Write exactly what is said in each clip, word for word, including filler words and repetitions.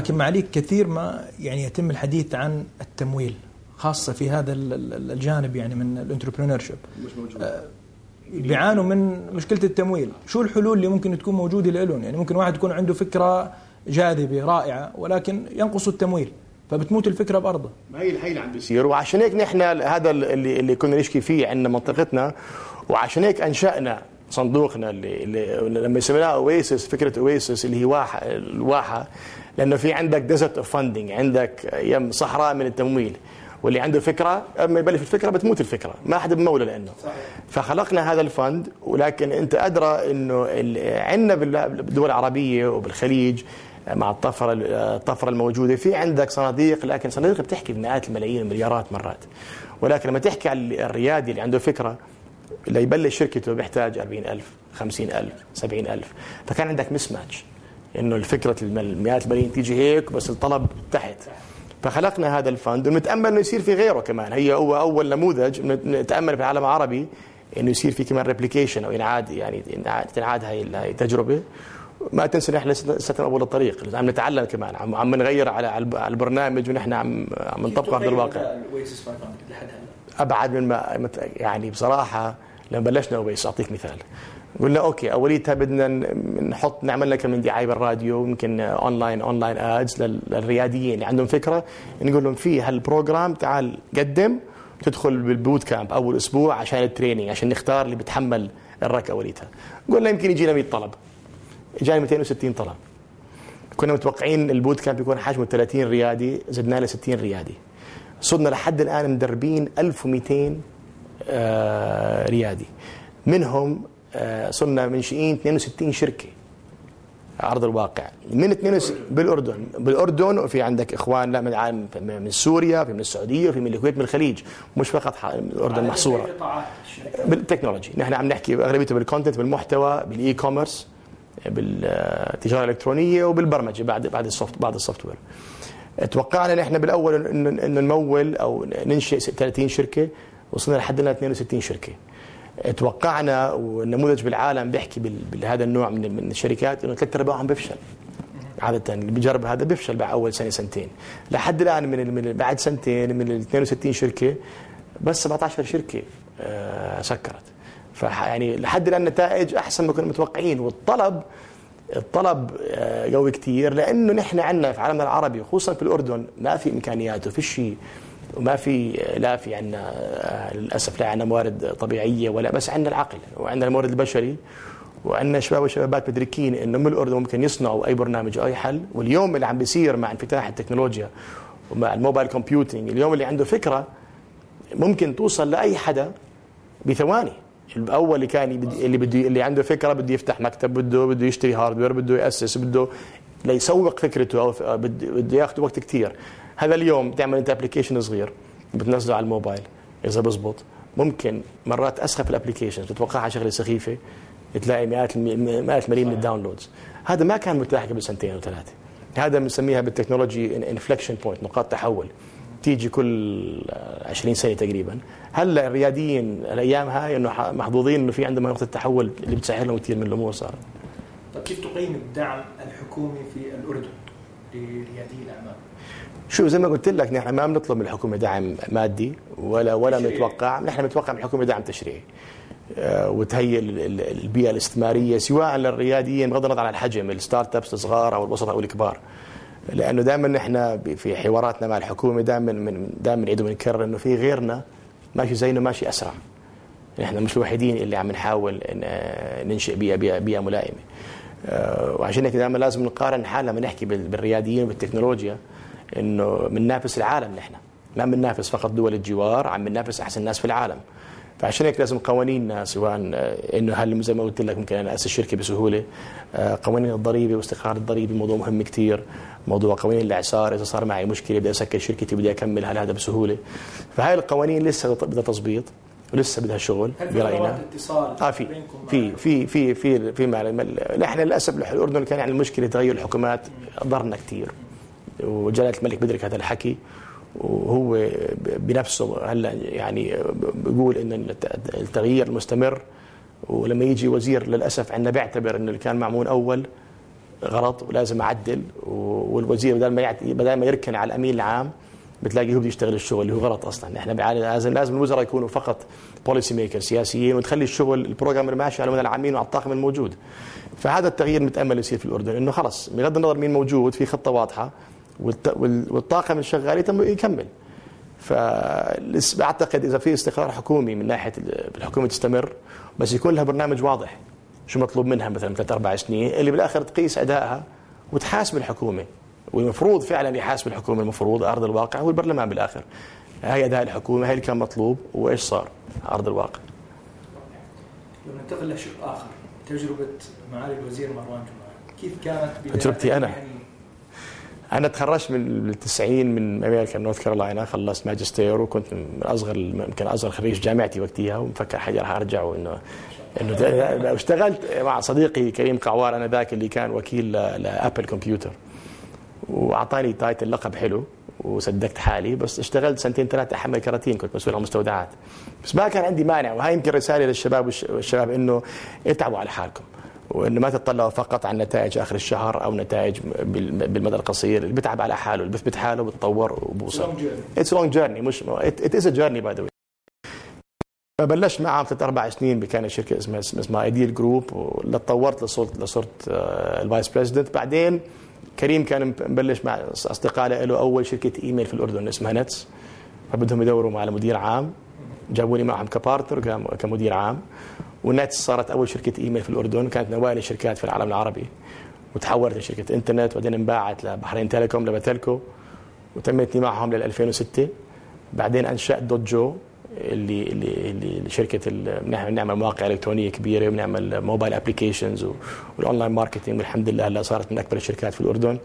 ولكن معاليك كثير ما يعني يتم الحديث عن التمويل خاصة في هذا الجانب يعني من الانتربرينورشيب، بيعانوا من مشكلة التمويل. شو الحلول اللي ممكن تكون موجودة لهم؟ يعني ممكن واحد يكون عنده فكرة جاذبة رائعة ولكن ينقص التمويل فبتموت الفكرة بأرضه. ما هي الحين عم بيصير، وعشان هيك نحن هذا اللي اللي كنا نشكي فيه عندنا منطقتنا، وعشان هيك أنشأنا صندوقنا اللي, اللي لما سميناه اويسس، فكرة اويسس اللي هي واحة الواحة، لأنه في عندك ديزرت اوف فاندنج، عندك يم صحراء من التمويل، واللي عنده فكرة أما يبلش الفكرة بتموت الفكرة، ما حدا بموله لأنه صحيح. فخلقنا هذا الفند، ولكن أنت أدرى إنه عندنا بالدول العربية وبالخليج مع الطفرة الطفرة الموجودة في عندك صناديق، لكن صناديق بتحكي بمئات الملايين ومليارات مرات، ولكن لما تحكي على الريادي اللي عنده فكرة اللي يبلش شركته بيحتاج أربعين ألف خمسين ألف سبعين ألف، فكان عندك مس ماتش إنه الفكرة المئات الملايين تيجي هيك بس الطلب تحت. فخلقنا هذا الفند ونتأمل إنه يصير في غيره كمان. هي هو أول نموذج نتأمل في العالم العربي إنه يصير في كمان ريبليكيشن أو إنعاد، يعني تنعاد هاي التجربة. ما تنسى نحن لسه أول الطريق، عم نتعلم كمان، عم عم نغير على على البرنامج ونحن عم عم نطبقه في الواقع. أبعد من ما يعني بصراحة لما بلشنا اويس أعطيك مثال، قلنا أوكي أوليتها بدنا نحط نعمل لك من دعاية بالراديو، يمكن أونلاين أونلاين آدز للرياديين اللي عندهم فكرة، نقول لهم في هالبروجرام تعال قدم، تدخل بالبوت كامب أول أسبوع عشان التريننج، عشان نختار اللي بتحمل الرك أوليتها. قلنا يمكن يجينا مئة طلب، جاني مئتين وستين طلب. كنا متوقعين البوت كامب يكون حجمه ثلاثين ريادي، زدنا له ستين ريادي. صرنا لحد الآن مدربين ألف ومئتين آه ريادي، منهم آه صرنا منشئين اثنين وستين شركة على أرض الواقع، من اثنين بالأردن بالأردن وفي عندك إخوان لا من من سوريا، في من السعودية، وفي من الكويت، من الخليج، مش فقط الأردن محصورة. بالتكنولوجي نحن عم نحكي أغلبيته بالكونتنت، بالمحتوى، بالإي كوميرس، بالتجارة الإلكترونية، وبالبرمجة بعد بعد السوفت بعد السوفت وير. توقعنا نحن بالاول انه نمول او ننشئ ثلاثين شركه، وصلنا لحد الان اثنين وستين شركه. توقعنا والنموذج بالعالم بيحكي بهذا النوع من الشركات انه ثلاث ارباعهم بيفشل عاده، اللي بيجرب هذا بيفشل بعد اول سنه سنتين. لحد الان من, من بعد سنتين من ال اثنين وستين شركه بس سبعة عشر شركه آه سكرت. فيعني لحد الان النتائج احسن ما كنا متوقعين، والطلب الطلب قوي كتير، لأنه نحن عندنا في عالمنا العربي خصوصا في الأردن ما في إمكانيات وفي شيء، وما في لا في عندنا للأسف لا عندنا موارد طبيعية ولا، بس عندنا العقل وعندنا المورد البشري، وعندنا شباب وشبابات مدركين إنه من الأردن ممكن يصنعوا أي برنامج أو أي حل. واليوم اللي عم بيصير مع انفتاح التكنولوجيا ومع الموبايل كومبيوتينج، اليوم اللي عنده فكرة ممكن توصل لأي حدا بثواني. الاول اللي كان اللي بده اللي عنده فكره بده يفتح مكتب، بده بده يشتري هاردوير، بده ياسس، بده ليسوق فكرته او بده ياخذ وقت كثير. هذا اليوم تعمل انت ابلكيشن صغير بتنزله على الموبايل، اذا بزبط ممكن مرات اسخف الابلكيشن تتوقعها شغله سخيفه تلاقي مئات مئات ملايين من الداونلودز. هذا ما كان متاح قبل سنتين وثلاثه. هذا بنسميها بالتكنولوجي انفليكشن بوينت، نقاط تحول تيجي كل عشرين سنة تقريبا. هلا الرياديين الايام هاي انه محظوظين انه في عندهم نقطة تحول اللي بتسهل لهم كثير من الامور صار. طيب كيف تقيم الدعم الحكومي في الاردن لريادي الاعمال؟ شو زي ما قلت لك نحن ما بنطلب من الحكومة دعم مادي ولا ولا متوقع، نحن متوقع من الحكومة دعم تشريعي آه وتهيئ البيئة الاستثمارية سواء للرياديين بغض النظر عن الحجم، الستارت ابس الصغار او الوسط او الكبار. لانه دائما نحن في حواراتنا مع الحكومه دائما من دائما نعيد ونكرر انه في غيرنا ماشي زينا ماشي اسرع. نحن مش الوحيدين اللي عم نحاول ننشئ بيئه بيئه, بيئة ملائمه. وعشان هيك دائما لازم نقارن حالنا لما نحكي بالرياديين وبالتكنولوجيا انه بننافس العالم، نحن ما بننافس فقط دول الجوار، عم بننافس احسن الناس في العالم. فعشان هيك لازم قوانيننا سواء انه هل زي ما قلت لك ممكن انا اسس شركه بسهوله، قوانين الضريبه واستقرار الضريبه موضوع مهم كثير، موضوع قوانين الاعصار اذا صار معي مشكله بدي اسكر شركتي بدي اكمل هل هذا بسهوله. فهاي القوانين لسه بدها تضبيط ولسه بدها شغل براينا. اه في في في في في في نحن للاسف الاردن كان عندنا مشكله تغير الحكومات ضرنا كثير، وجلاله الملك بدرك هذا الحكي وهو بنفسه هلا يعني بيقول ان التغيير المستمر، ولما يجي وزير للاسف عندنا بيعتبر انه اللي كان معمول اول غلط ولازم اعدل، والوزير بدل ما يعطي بدل ما يركن على الامين العام بتلاقي هو بده يشتغل الشغل اللي هو غلط اصلا. احنا لازم لازم الوزراء يكونوا فقط بوليسي ميكر سياسيين، وتخلي الشغل البروجرام ماشي على مدى العامين وعلى الطاقم الموجود. فهذا التغيير متامل يصير في الاردن، انه خلص بغض النظر مين موجود في خطه واضحه والطاقم الشغال يكمل. فاعتقد اذا في استقرار حكومي من ناحيه الحكومه تستمر، بس يكون لها برنامج واضح شو مطلوب منها مثلا ثلاث اربع سنين اللي بالاخر تقيس ادائها وتحاسب الحكومه. والمفروض فعلا يحاسب الحكومه، المفروض ارض الواقع هو البرلمان بالاخر. هاي اداء الحكومه، هاي اللي كان مطلوب وايش صار على ارض الواقع. لو ننتقل لشق اخر، تجربه معالي الوزير مروان جمعه كيف كانت؟ تجربتي انا انا تخرجت من التسعين من امريكا نورث كارولاينا، خلصت ماجستير وكنت من اصغر يمكن اصغر خريج جامعتي وقتها، ومفكر حاجه راح ارجع وانه انه اشتغلت مع صديقي كريم قعوار انا ذاك اللي كان وكيل لابل كمبيوتر، واعطاني تايتل لقب حلو وصدقت حالي، بس اشتغلت سنتين ثلاثه احمل كراتين، كنت مسؤول عن المستودعات. بس ما كان عندي مانع، وهي يمكن رساله للشباب والشباب انه اتعبوا على حالكم، وانه ما تطلعوا فقط عن نتائج اخر الشهر او نتائج بالمدى القصير. اللي بيتعب على حاله، اللي بيثبت حاله بتطور وبوصل. اتس لونج جيرني، مش ات از ا جيرني باي ذا واي. فبلشت معهم ثلاث اربع سنين بكانت شركه اسمها اسمها ايديل جروب، وتطورت لصرت لصرت الفايس بريزيدنت. بعدين كريم كان مبلش مع اصدقاء له اول شركه ايميل في الاردن اسمها نتس، فبدهم يدوروا على مدير عام، جابوني معهم كبارتنر كمدير عام. ونتس صارت اول شركه ايميل في الاردن، كانت من اوائل الشركات في العالم العربي، وتحولت لشركه انترنت، وبعدين انباعت لبحرين تيليكوم لبتلكو، وتمتني معهم لل ألفين وستة. بعدين انشات دوت جو اللي اللي اللي شركه بنعمل مواقع الكترونيه كبيره، وبنعمل موبايل ابلكيشنز والاونلاين ماركتينج، والحمد لله هلا صارت من اكبر الشركات في الاردن.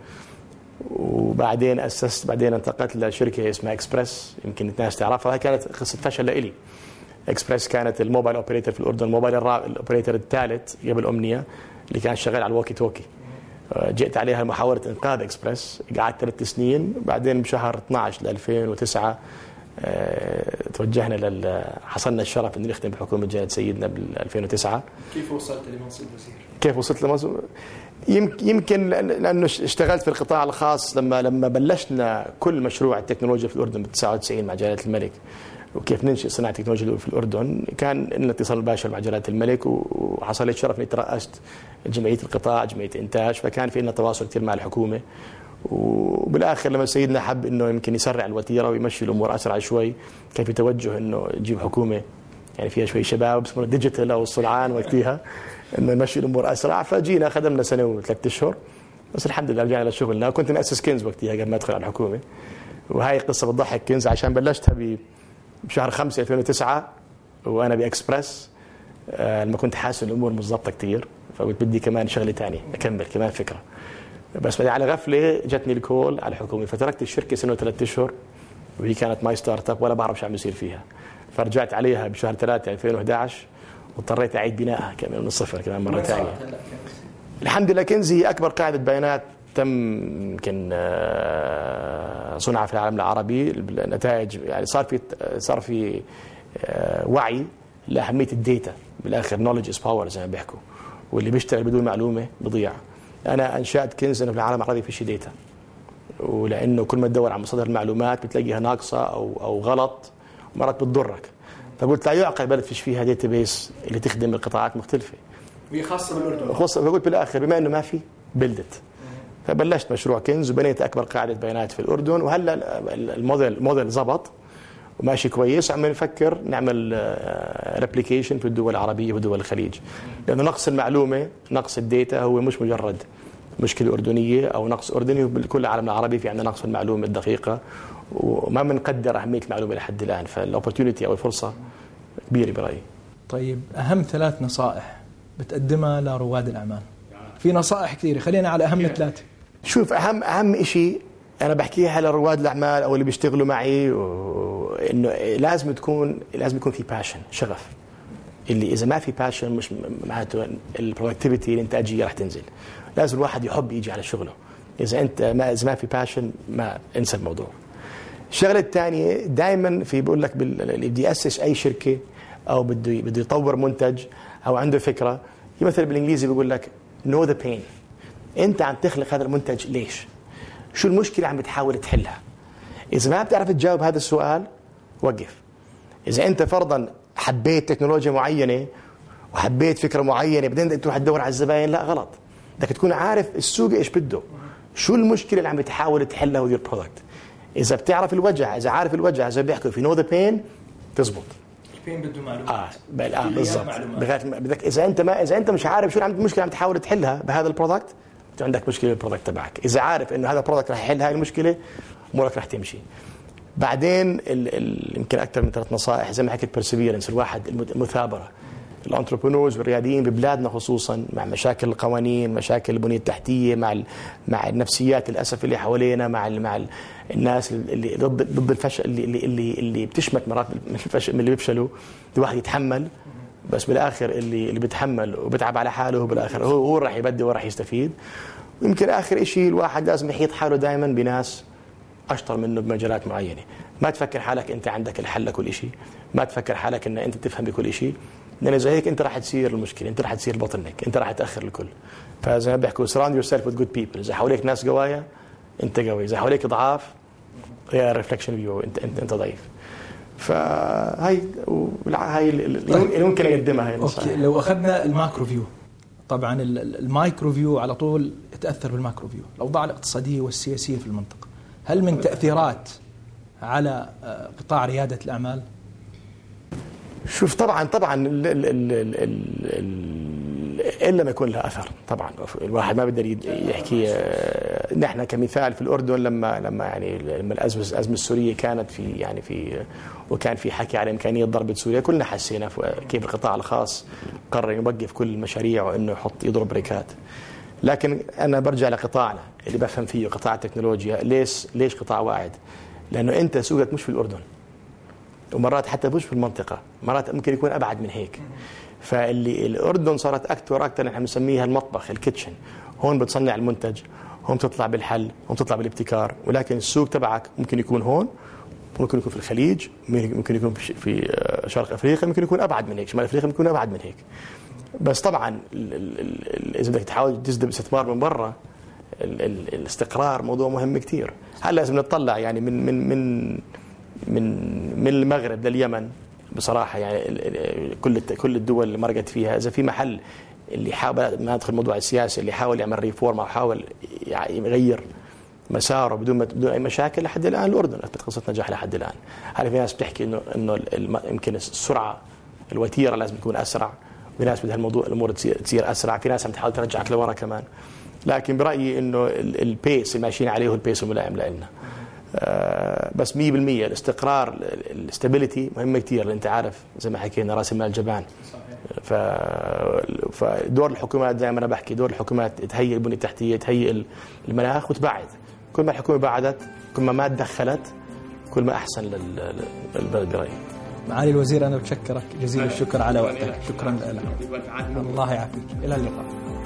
وبعدين اسست بعدين انتقلت لشركه اسمها اكسبرس، يمكن الناس تعرفها، هي كانت قصه فشل لإلي. اكسبرس كانت الموبايل اوبريتور في الاردن، الموبايل الاوبريتور الثالث قبل امنيه اللي كان شغال على الووكي توكي. جئت عليها محاوله انقاذ اكسبرس، قعدت ثلاث سنين. بعدين بشهر اثنعش ل ألفين وتسعة أه توجهنا لل حصلنا الشرف ان نخدم بحكومه جلاله سيدنا بال ألفين وتسعة. كيف وصلت لمنصب وزير؟ كيف وصلت لمنصب؟ يمكن لانه اشتغلت في القطاع الخاص لما لما بلشنا كل مشروع التكنولوجيا في الاردن بال تسعة وتسعين مع جلاله الملك، وكيف ننشئ صناعه التكنولوجيا في الاردن. كان لنا اتصال مباشر مع جلاله الملك، وحصل لي الشرف اني ترأست جمعيه القطاع، جمعيه انتاج، فكان في لنا تواصل كثير مع الحكومه. وبالاخر لما سيدنا حب انه يمكن يسرع الوتيره ويمشي الامور اسرع شوي، كان في توجه انه يجيب حكومه يعني فيها شوي شباب اسمه ديجيتال او الصلعان وقتها، انه يمشي الامور اسرع. فجينا خدمنا سنه وثلاث اشهر، بس الحمد لله رجعنا لشغلنا. كنت مؤسس كنز وقتها قبل ما ادخل على الحكومه، وهي قصه بتضحك. كنز عشان بلشتها بشهر خمسة ألفين وتسعة وانا باكسبرس، لما كنت حاسس ان الامور مش ظابطه كثير، فقلت بدي كمان شغله ثانيه اكمل كمان فكره. بس بعدين على غفله جتني الكول على الحكومه، فتركت الشركه سنه وثلاث اشهر، وهي كانت ماي ستارت اب ولا بعرف شو عم يصير فيها. فرجعت عليها بشهر ثلاثة ألفين وأحد عشر، واضطريت اعيد بنائها كمان من الصفر كمان مره ثانيه. الحمد لله كنز هي اكبر قاعده بيانات تم يمكن صنعها في العالم العربي. النتائج يعني صار في صار في وعي لاهميه الداتا، بالاخر نوليدج از باور زي ما بيحكوا، واللي بيشتغل بدون معلومه بضيع. انا انشات كنز انه في العالم العربي في شيء داتا، ولانه كل ما تدور على مصادر المعلومات بتلاقيها ناقصه او او غلط، ومرات بتضرك. فقلت لا يعقل بلد فيش فيها داتا بيس اللي تخدم القطاعات مختلفه، وهي خاصه بالاردن. خاصه. فقلت بالاخر بما انه ما في بلدت، فبلشت مشروع كنز وبنيت اكبر قاعده بيانات في الاردن. وهلا الموديل الموديل زبط وماشي كويس، عم نفكر نعمل ريبليكيشن في الدول العربيه ودول الخليج، لانه نقص المعلومه نقص الداتا هو مش مجرد مشكله اردنيه او نقص اردني، وبكل العالم العربي في عندنا نقص المعلومه الدقيقه، وما بنقدر اهميه المعلومه لحد الان. فالاوبورتونيتي او الفرصه كبيره برايي. طيب اهم ثلاث نصائح بتقدمها لرواد الاعمال؟ في نصائح كثيره، خلينا على اهم ثلاثه. شوف، اهم اهم شيء انا بحكيها لرواد الاعمال او اللي بيشتغلوا معي، انه لازم تكون لازم يكون في باشن، شغف. اللي اذا ما في باشن مش معناته البرودكتيفيتي الانتاجيه رح تنزل. لازم الواحد يحب يجي على شغله. اذا انت ما اذا ما في باشن ما انسى الموضوع. الشغله الثانيه دائما في بقول لك اللي بده ياسس اي شركه او بده بده يطور منتج او عنده فكره، مثلا بالانجليزي بيقول لك know the pain. انت عم تخلق هذا المنتج ليش؟ شو المشكله عم بتحاول تحلها؟ اذا ما بتعرف تجاوب هذا السؤال وقف. اذا انت فرضا حبيت تكنولوجيا معينه وحبيت فكره معينه بعدين تروح تدور على الزباين، لا غلط. بدك تكون عارف السوق ايش بده، شو المشكله اللي عم بتحاول تحلها with your product. اذا بتعرف الوجع، اذا عارف الوجع، اذا بيحكوا في نو ذا بين تزبط. البين بده معلومات. اه بل اه بالضبط. بدك اذا انت ما اذا انت مش عارف شو المشكله عم تحاول تحلها بهذا البرودكت، انت عندك مشكله بالبرودكت تبعك. اذا عارف انه هذا البرودكت رح يحل هاي المشكله، امورك رح تمشي. بعدين يمكن اكثر من ثلاث نصائح زي ما حكيت، بيرسيفيرنس، الواحد المثابره. الانتربرونورز والرياديين ببلادنا خصوصا مع مشاكل القوانين، مشاكل البنيه التحتيه، مع مع النفسيات للاسف اللي حوالينا، مع مع الناس اللي ضد ضد الفشل، اللي اللي اللي بتشمت مرات من الفشل، من اللي بيفشلوا. الواحد يتحمل، بس بالاخر اللي اللي بيتحمل وبتعب على حاله هو بالاخر هو هو راح يبدي وراح يستفيد. ويمكن اخر شيء الواحد لازم يحيط حاله دائما بناس اشطر منه بمجالات معينه. ما تفكر حالك انت عندك الحل لكل شيء، ما تفكر حالك ان انت تفهم بكل شيء، لأن إذا هيك أنت راح تصير المشكلة، أنت راح تصير البطلنك، أنت راح تأخر الكل. فزي ما بيحكوا surround yourself with good people. إذا حواليك ناس قوايا أنت قوي، إذا حواليك ضعاف هي ريفلكشن فيو، أنت أنت أنت ضعيف. فهاي هاي اللي ممكن أقدمها. هاي أوكي، لو أخذنا الماكرو فيو، طبعا المايكرو فيو على طول يتأثر بالماكرو فيو، الأوضاع الاقتصادية والسياسية في المنطقة. هل من تأثيرات على قطاع ريادة الأعمال؟ شوف طبعا طبعا ال ال ال ال ال الا ما يكون لها اثر. طبعا الواحد ما بيقدر يحكي. نحن كمثال في الاردن لما لما يعني لما الازمه الازمه السوريه كانت في يعني في وكان في حكي على امكانيه ضرب سوريا، كلنا حسينا كيف القطاع الخاص قرر يوقف كل المشاريع وانه يحط يضرب بريكات. لكن انا برجع لقطاعنا اللي بفهم فيه، قطاع التكنولوجيا. ليش ليش قطاع واعد؟ لانه انت سوقك مش في الاردن، ومرات حتى مش في المنطقة، مرات ممكن يكون أبعد من هيك. فاللي الأردن صارت أكثر أكثر نحن بنسميها المطبخ، الكيتشن. هون بتصنع المنتج، هون تطلع بالحل، هون تطلع بالابتكار. ولكن السوق تبعك ممكن يكون هون، ممكن يكون في الخليج، ممكن يكون في شرق أفريقيا، ممكن يكون أبعد من هيك، شمال أفريقيا ممكن يكون أبعد من هيك. بس طبعا إذا بدك تحاول تجذب استثمار من برا، الاستقرار موضوع مهم كتير. هلا لازم نطلع يعني من من من من من المغرب لليمن بصراحه، يعني كل كل الدول اللي مرقت فيها، اذا في محل اللي حاول ما ندخل موضوع السياسي، اللي حاول يعمل ريفورم او حاول يغير مساره بدون بدون اي مشاكل، لحد الان الاردن اثبت قصه نجاح لحد الان. هل في ناس بتحكي انه انه يمكن السرعه الوتيره لازم تكون اسرع، في ناس بدها الموضوع الامور تصير تصير اسرع، في ناس عم تحاول ترجعك لورا كمان. لكن برايي انه البيس اللي ماشيين عليه هو البيس الملائم لنا. آه بس مية بالمية الاستقرار، الاستابيليتي مهمة كتير، لأن أنت عارف زي ما حكينا راس المال جبان. فدور الحكومات دائما أنا بحكي دور الحكومات تهيئ البنية التحتية، تهيئ المناخ وتبعد. كل ما الحكومة بعدت، كل ما ما تدخلت، كل ما أحسن للبلد برأيي. معالي الوزير أنا بشكرك جزيل الشكر على وقتك. شكرا لك. الله يعافيك، إلى اللقاء.